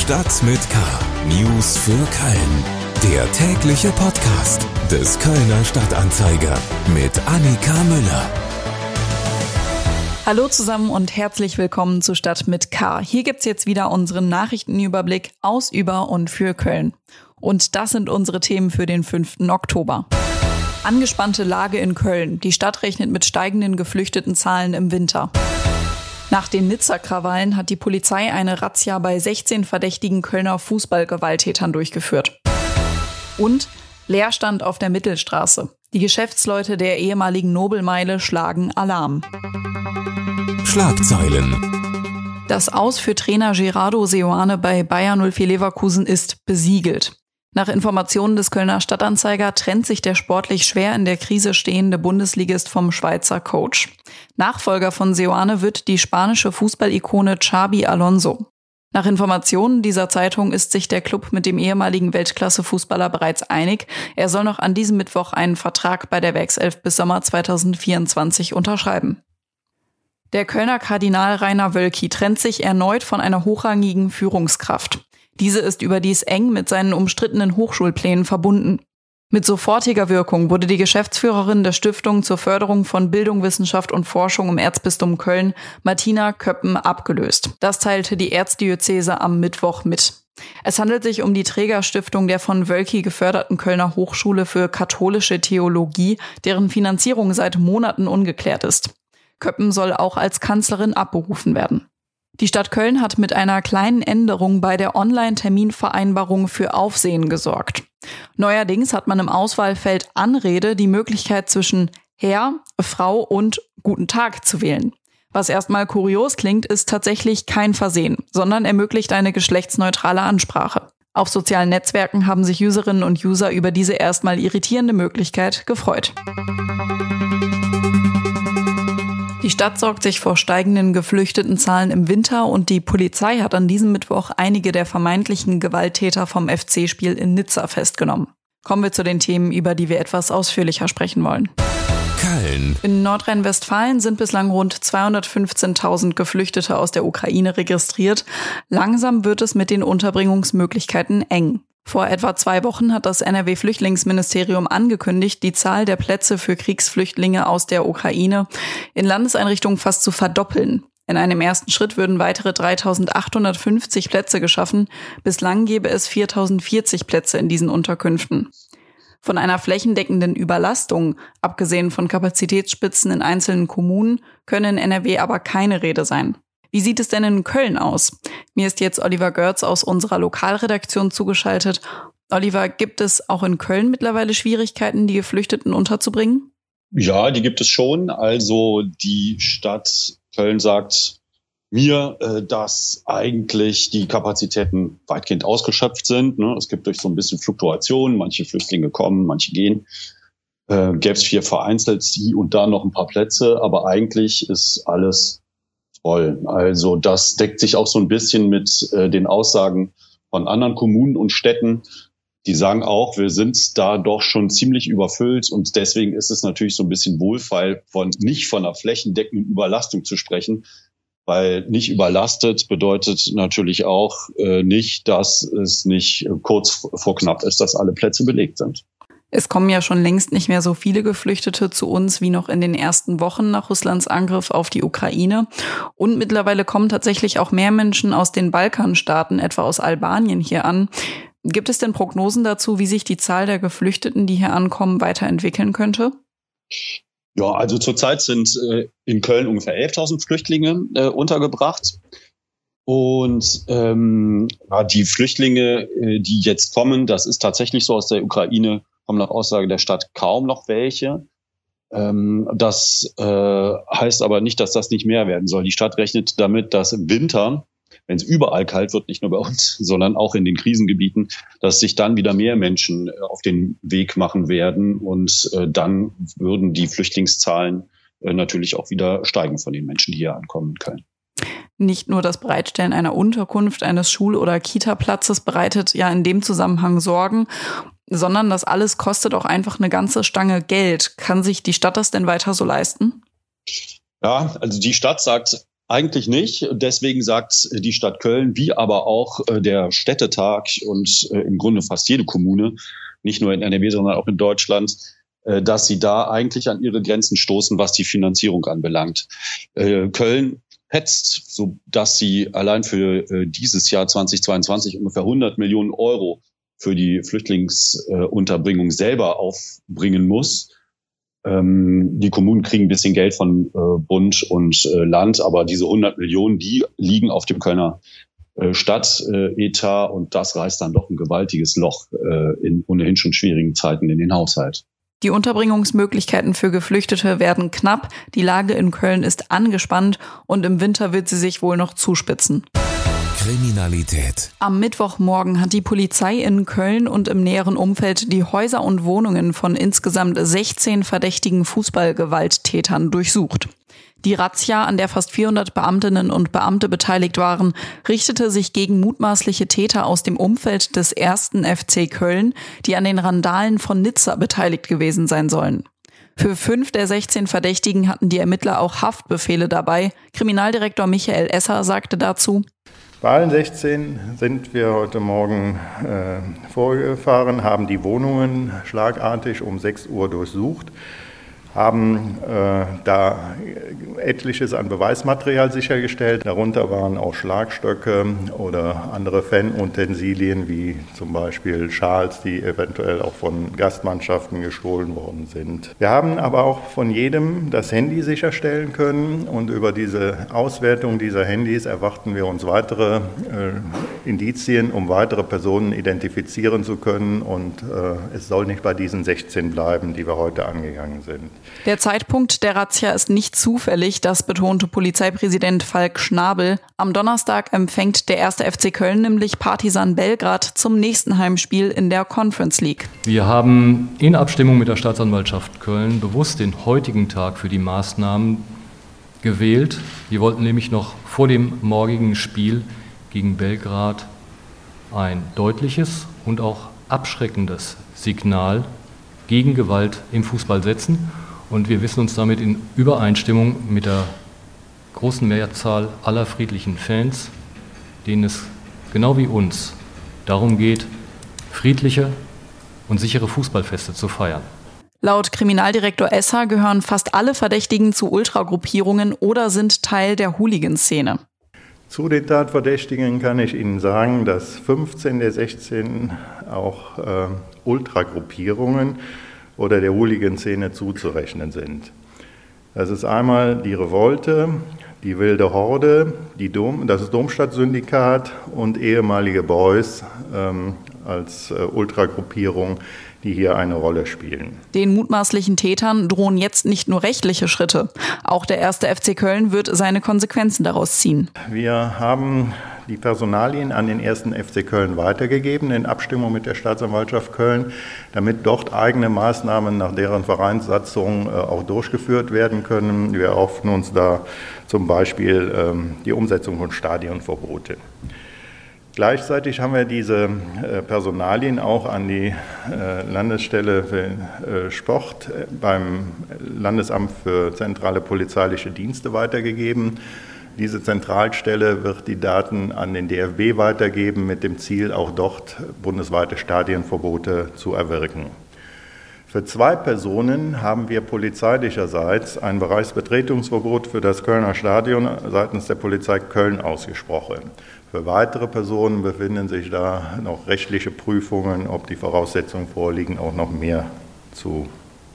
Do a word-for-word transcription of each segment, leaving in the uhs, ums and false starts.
Stadt mit K. News für Köln. Der tägliche Podcast des Kölner Stadtanzeiger mit Annika Müller. Hallo zusammen und herzlich willkommen zu Stadt mit K. Hier gibt's jetzt wieder unseren Nachrichtenüberblick aus, über und für Köln. Und das sind unsere Themen für den fünften Oktober. Angespannte Lage in Köln. Die Stadt rechnet mit steigenden Geflüchtetenzahlen im Winter. Nach den Nizza-Krawallen hat die Polizei eine Razzia bei sechzehn verdächtigen Kölner Fußballgewalttätern durchgeführt. Und Leerstand auf der Mittelstraße. Die Geschäftsleute der ehemaligen Nobelmeile schlagen Alarm. Schlagzeilen. Das Aus für Trainer Gerardo Seoane bei Bayer null vier Leverkusen ist besiegelt. Nach Informationen des Kölner Stadtanzeiger trennt sich der sportlich schwer in der Krise stehende Bundesligist vom Schweizer Coach. Nachfolger von Seoane wird die spanische Fußballikone Xabi Alonso. Nach Informationen dieser Zeitung ist sich der Club mit dem ehemaligen Weltklasse-Fußballer bereits einig. Er soll noch an diesem Mittwoch einen Vertrag bei der Werkself bis Sommer zweitausendvierundzwanzig unterschreiben. Der Kölner Kardinal Rainer Wölki trennt sich erneut von einer hochrangigen Führungskraft. Diese ist überdies eng mit seinen umstrittenen Hochschulplänen verbunden. Mit sofortiger Wirkung wurde die Geschäftsführerin der Stiftung zur Förderung von Bildung, Wissenschaft und Forschung im Erzbistum Köln, Martina Köppen, abgelöst. Das teilte die Erzdiözese am Mittwoch mit. Es handelt sich um die Trägerstiftung der von Wölki geförderten Kölner Hochschule für katholische Theologie, deren Finanzierung seit Monaten ungeklärt ist. Köppen soll auch als Kanzlerin abberufen werden. Die Stadt Köln hat mit einer kleinen Änderung bei der Online-Terminvereinbarung für Aufsehen gesorgt. Neuerdings hat man im Auswahlfeld Anrede die Möglichkeit zwischen Herr, Frau und Guten Tag zu wählen. Was erstmal kurios klingt, ist tatsächlich kein Versehen, sondern ermöglicht eine geschlechtsneutrale Ansprache. Auf sozialen Netzwerken haben sich Userinnen und User über diese erstmal irritierende Möglichkeit gefreut. Die Stadt sorgt sich vor steigenden Geflüchtetenzahlen im Winter und die Polizei hat an diesem Mittwoch einige der vermeintlichen Gewalttäter vom F C-Spiel in Nizza festgenommen. Kommen wir zu den Themen, über die wir etwas ausführlicher sprechen wollen. Köln. In Nordrhein-Westfalen sind bislang rund zweihundertfünfzehntausend Geflüchtete aus der Ukraine registriert. Langsam wird es mit den Unterbringungsmöglichkeiten eng. Vor etwa zwei Wochen hat das N R W-Flüchtlingsministerium angekündigt, die Zahl der Plätze für Kriegsflüchtlinge aus der Ukraine in Landeseinrichtungen fast zu verdoppeln. In einem ersten Schritt würden weitere dreitausendachthundertfünfzig Plätze geschaffen. Bislang gäbe es viertausendvierzig Plätze in diesen Unterkünften. Von einer flächendeckenden Überlastung, abgesehen von Kapazitätsspitzen in einzelnen Kommunen, könne in N R W aber keine Rede sein. Wie sieht es denn in Köln aus? Mir ist jetzt Oliver Görz aus unserer Lokalredaktion zugeschaltet. Oliver, gibt es auch in Köln mittlerweile Schwierigkeiten, die Geflüchteten unterzubringen? Ja, die gibt es schon. Also die Stadt Köln sagt mir, dass eigentlich die Kapazitäten weitgehend ausgeschöpft sind. Es gibt durch so ein bisschen Fluktuation. Manche Flüchtlinge kommen, manche gehen. Gäbe es hier vereinzelt hier und da noch ein paar Plätze. Aber eigentlich ist alles voll. Also das deckt sich auch so ein bisschen mit äh, den Aussagen von anderen Kommunen und Städten. Die sagen auch, wir sind da doch schon ziemlich überfüllt und deswegen ist es natürlich so ein bisschen wohlfeil, von nicht von einer flächendeckenden Überlastung zu sprechen, weil nicht überlastet bedeutet natürlich auch äh, nicht, dass es nicht kurz vor knapp ist, dass alle Plätze belegt sind. Es kommen ja schon längst nicht mehr so viele Geflüchtete zu uns wie noch in den ersten Wochen nach Russlands Angriff auf die Ukraine. Und mittlerweile kommen tatsächlich auch mehr Menschen aus den Balkanstaaten, etwa aus Albanien, hier an. Gibt es denn Prognosen dazu, wie sich die Zahl der Geflüchteten, die hier ankommen, weiterentwickeln könnte? Ja, also zurzeit sind äh, in Köln ungefähr elftausend Flüchtlinge äh, untergebracht. Und ähm, ja, die Flüchtlinge, äh, die jetzt kommen, das ist tatsächlich so aus der Ukraine, kommen nach Aussage der Stadt kaum noch welche. Ähm, das äh, heißt aber nicht, dass das nicht mehr werden soll. Die Stadt rechnet damit, dass im Winter, wenn es überall kalt wird, nicht nur bei uns, sondern auch in den Krisengebieten, dass sich dann wieder mehr Menschen äh, auf den Weg machen werden. Und äh, dann würden die Flüchtlingszahlen äh, natürlich auch wieder steigen von den Menschen, die hier ankommen in Köln. Nicht nur das Bereitstellen einer Unterkunft, eines Schul- oder Kita-Platzes bereitet ja in dem Zusammenhang Sorgen, sondern das alles kostet auch einfach eine ganze Stange Geld. Kann sich die Stadt das denn weiter so leisten? Ja, also die Stadt sagt Eigentlich nicht. Deswegen sagt die Stadt Köln, wie aber auch der Städtetag und im Grunde fast jede Kommune, nicht nur in N R W, sondern auch in Deutschland, dass sie da eigentlich an ihre Grenzen stoßen, was die Finanzierung anbelangt. Köln hetzt, so dass sie allein für dieses Jahr zweitausendzweiundzwanzig ungefähr hundert Millionen Euro für die Flüchtlingsunterbringung selber aufbringen muss. Ähm, die Kommunen kriegen ein bisschen Geld von äh, Bund und äh, Land, aber diese hundert Millionen, die liegen auf dem Kölner äh, Stadtetat, und das reißt dann doch ein gewaltiges Loch äh, in ohnehin schon schwierigen Zeiten in den Haushalt. Die Unterbringungsmöglichkeiten für Geflüchtete werden knapp, die Lage in Köln ist angespannt und im Winter wird sie sich wohl noch zuspitzen. Kriminalität. Am Mittwochmorgen hat die Polizei in Köln und im näheren Umfeld die Häuser und Wohnungen von insgesamt sechzehn verdächtigen Fußballgewalttätern durchsucht. Die Razzia, an der fast vierhundert Beamtinnen und Beamte beteiligt waren, richtete sich gegen mutmaßliche Täter aus dem Umfeld des ersten F C Köln, die an den Randalen von Nizza beteiligt gewesen sein sollen. Für fünf der sechzehn Verdächtigen hatten die Ermittler auch Haftbefehle dabei. Kriminaldirektor Michael Esser sagte dazu: Bei allen sechzehn sind wir heute Morgen äh, vorgefahren, haben die Wohnungen schlagartig um sechs Uhr durchsucht, haben äh, da etliches an Beweismaterial sichergestellt. Darunter waren auch Schlagstöcke oder andere Fanutensilien, wie zum Beispiel Schals, die eventuell auch von Gastmannschaften gestohlen worden sind. Wir haben aber auch von jedem das Handy sicherstellen können, und über diese Auswertung dieser Handys erwarten wir uns weitere äh, Indizien, um weitere Personen identifizieren zu können, und äh, es soll nicht bei diesen sechzehn bleiben, die wir heute angegangen sind. Der Zeitpunkt der Razzia ist nicht zufällig, das betonte Polizeipräsident Falk Schnabel. Am Donnerstag empfängt der erste F C Köln nämlich Partizan Belgrad zum nächsten Heimspiel in der Conference League. Wir haben in Abstimmung mit der Staatsanwaltschaft Köln bewusst den heutigen Tag für die Maßnahmen gewählt. Wir wollten nämlich noch vor dem morgigen Spiel gegen Belgrad ein deutliches und auch abschreckendes Signal gegen Gewalt im Fußball setzen. Und wir wissen uns damit in Übereinstimmung mit der großen Mehrzahl aller friedlichen Fans, denen es genau wie uns darum geht, friedliche und sichere Fußballfeste zu feiern. Laut Kriminaldirektor Esser gehören fast alle Verdächtigen zu Ultragruppierungen oder sind Teil der Hooligan-Szene. Zu den Tatverdächtigen kann ich Ihnen sagen, dass fünfzehn der sechzehn auch äh, Ultragruppierungen oder der Hooligan-Szene zuzurechnen sind. Das ist einmal die Revolte, die Wilde Horde, die Dom, das Domstadt-Syndikat und ehemalige Boys ähm, als äh, Ultragruppierung, die hier eine Rolle spielen. Den mutmaßlichen Tätern drohen jetzt nicht nur rechtliche Schritte. Auch der erste F C Köln wird seine Konsequenzen daraus ziehen. Wir haben die Personalien an den ersten F C Köln weitergegeben, in Abstimmung mit der Staatsanwaltschaft Köln, damit dort eigene Maßnahmen nach deren Vereinssatzung äh, auch durchgeführt werden können. Wir erhoffen uns da zum Beispiel ähm, die Umsetzung von Stadionverbote. Gleichzeitig haben wir diese äh, Personalien auch an die äh, Landesstelle für äh, Sport äh, beim Landesamt für zentrale polizeiliche Dienste weitergegeben. Diese Zentralstelle wird die Daten an den D F B weitergeben, mit dem Ziel, auch dort bundesweite Stadionverbote zu erwirken. Für zwei Personen haben wir polizeilicherseits ein Bereichsbetretungsverbot für das Kölner Stadion seitens der Polizei Köln ausgesprochen. Für weitere Personen befinden sich da noch rechtliche Prüfungen, ob die Voraussetzungen vorliegen, auch noch mehr zu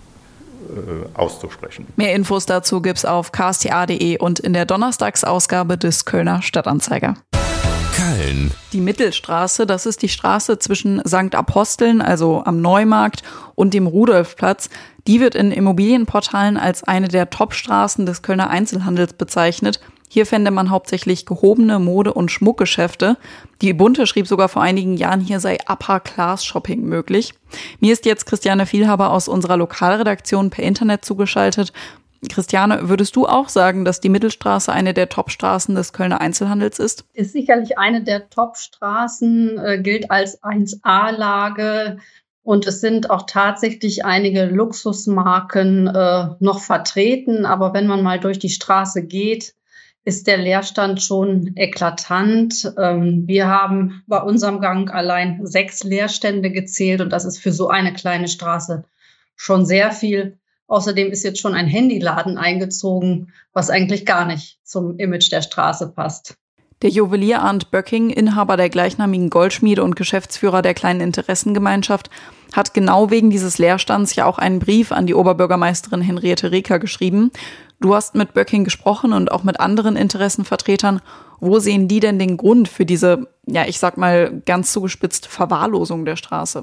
äh, auszusprechen. Mehr Infos dazu gibt's auf k s t a punkt d e und in der Donnerstagsausgabe des Kölner Stadtanzeiger. Köln. Die Mittelstraße, das ist die Straße zwischen Sankt Aposteln, also am Neumarkt, und dem Rudolfplatz. Die wird in Immobilienportalen als eine der Top-Straßen des Kölner Einzelhandels bezeichnet. Hier fände man hauptsächlich gehobene Mode- und Schmuckgeschäfte. Die Bunte schrieb sogar vor einigen Jahren, hier sei Upper-Class-Shopping möglich. Mir ist jetzt Christiane Vielhaber aus unserer Lokalredaktion per Internet zugeschaltet. Christiane, würdest du auch sagen, dass die Mittelstraße eine der Top-Straßen des Kölner Einzelhandels ist? Ist sicherlich eine der Top-Straßen, äh, gilt als eins A-Lage. Und es sind auch tatsächlich einige Luxusmarken äh, noch vertreten. Aber wenn man mal durch die Straße geht, ist der Leerstand schon eklatant. Wir haben bei unserem Gang allein sechs Leerstände gezählt und das ist für so eine kleine Straße schon sehr viel. Außerdem ist jetzt schon ein Handyladen eingezogen, was eigentlich gar nicht zum Image der Straße passt. Der Juwelier Arndt Böcking, Inhaber der gleichnamigen Goldschmiede und Geschäftsführer der kleinen Interessengemeinschaft, hat genau wegen dieses Leerstands ja auch einen Brief an die Oberbürgermeisterin Henriette Reker geschrieben. Du hast mit Böcking gesprochen und auch mit anderen Interessenvertretern. Wo sehen die denn den Grund für diese, ja, ich sag mal ganz zugespitzt, Verwahrlosung der Straße?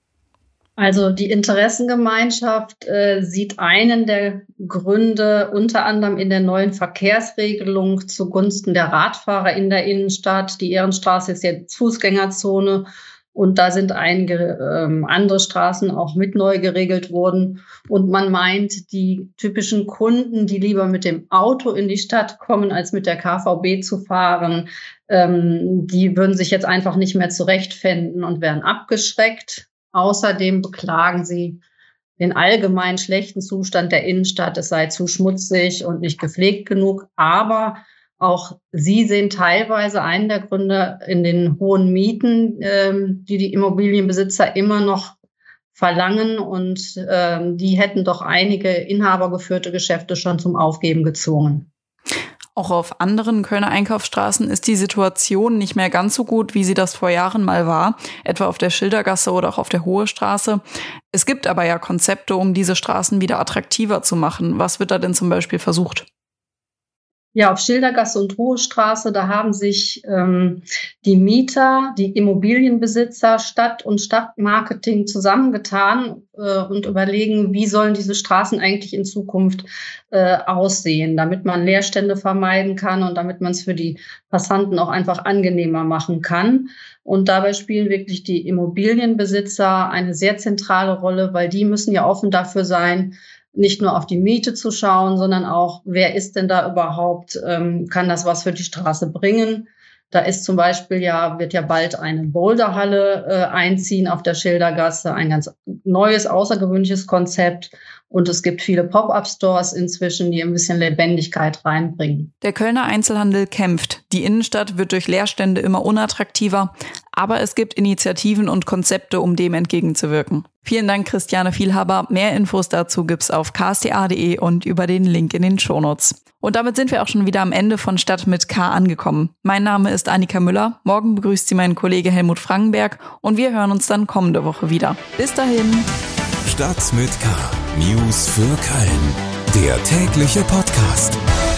Also die Interessengemeinschaft äh, sieht einen der Gründe unter anderem in der neuen Verkehrsregelung zugunsten der Radfahrer in der Innenstadt. Die Ehrenstraße ist jetzt Fußgängerzone und da sind einige ähm, andere Straßen auch mit neu geregelt worden. Und man meint, die typischen Kunden, die lieber mit dem Auto in die Stadt kommen, als mit der K V B zu fahren, ähm, die würden sich jetzt einfach nicht mehr zurechtfinden und werden abgeschreckt. Außerdem beklagen sie den allgemein schlechten Zustand der Innenstadt. Es sei zu schmutzig und nicht gepflegt genug. Aber auch sie sehen teilweise einen der Gründe in den hohen Mieten, ähm, die die Immobilienbesitzer immer noch verlangen. Und ähm, die hätten doch einige inhabergeführte Geschäfte schon zum Aufgeben gezwungen. Auch auf anderen Kölner Einkaufsstraßen ist die Situation nicht mehr ganz so gut, wie sie das vor Jahren mal war, etwa auf der Schildergasse oder auch auf der Hohe Straße. Es gibt aber ja Konzepte, um diese Straßen wieder attraktiver zu machen. Was wird da denn zum Beispiel versucht? Ja, auf Schildergasse und Hohe Straße, da haben sich ähm, die Mieter, die Immobilienbesitzer, Stadt und Stadtmarketing zusammengetan äh, und überlegen, wie sollen diese Straßen eigentlich in Zukunft äh, aussehen, damit man Leerstände vermeiden kann und damit man es für die Passanten auch einfach angenehmer machen kann. Und dabei spielen wirklich die Immobilienbesitzer eine sehr zentrale Rolle, weil die müssen ja offen dafür sein, nicht nur auf die Miete zu schauen, sondern auch, wer ist denn da überhaupt, ähm, kann das was für die Straße bringen? Da ist zum Beispiel ja, wird ja bald eine Boulderhalle äh, einziehen auf der Schildergasse, ein ganz neues, außergewöhnliches Konzept. Und es gibt viele Pop-up-Stores inzwischen, die ein bisschen Lebendigkeit reinbringen. Der Kölner Einzelhandel kämpft. Die Innenstadt wird durch Leerstände immer unattraktiver. Aber es gibt Initiativen und Konzepte, um dem entgegenzuwirken. Vielen Dank, Christiane Vielhaber. Mehr Infos dazu gibt's auf k s t a punkt d e und über den Link in den Shownotes. Und damit sind wir auch schon wieder am Ende von Stadt mit K angekommen. Mein Name ist Annika Müller. Morgen begrüßt Sie mein Kollege Helmut Frankenberg und wir hören uns dann kommende Woche wieder. Bis dahin. Stadt mit K. News für Köln. Der tägliche Podcast.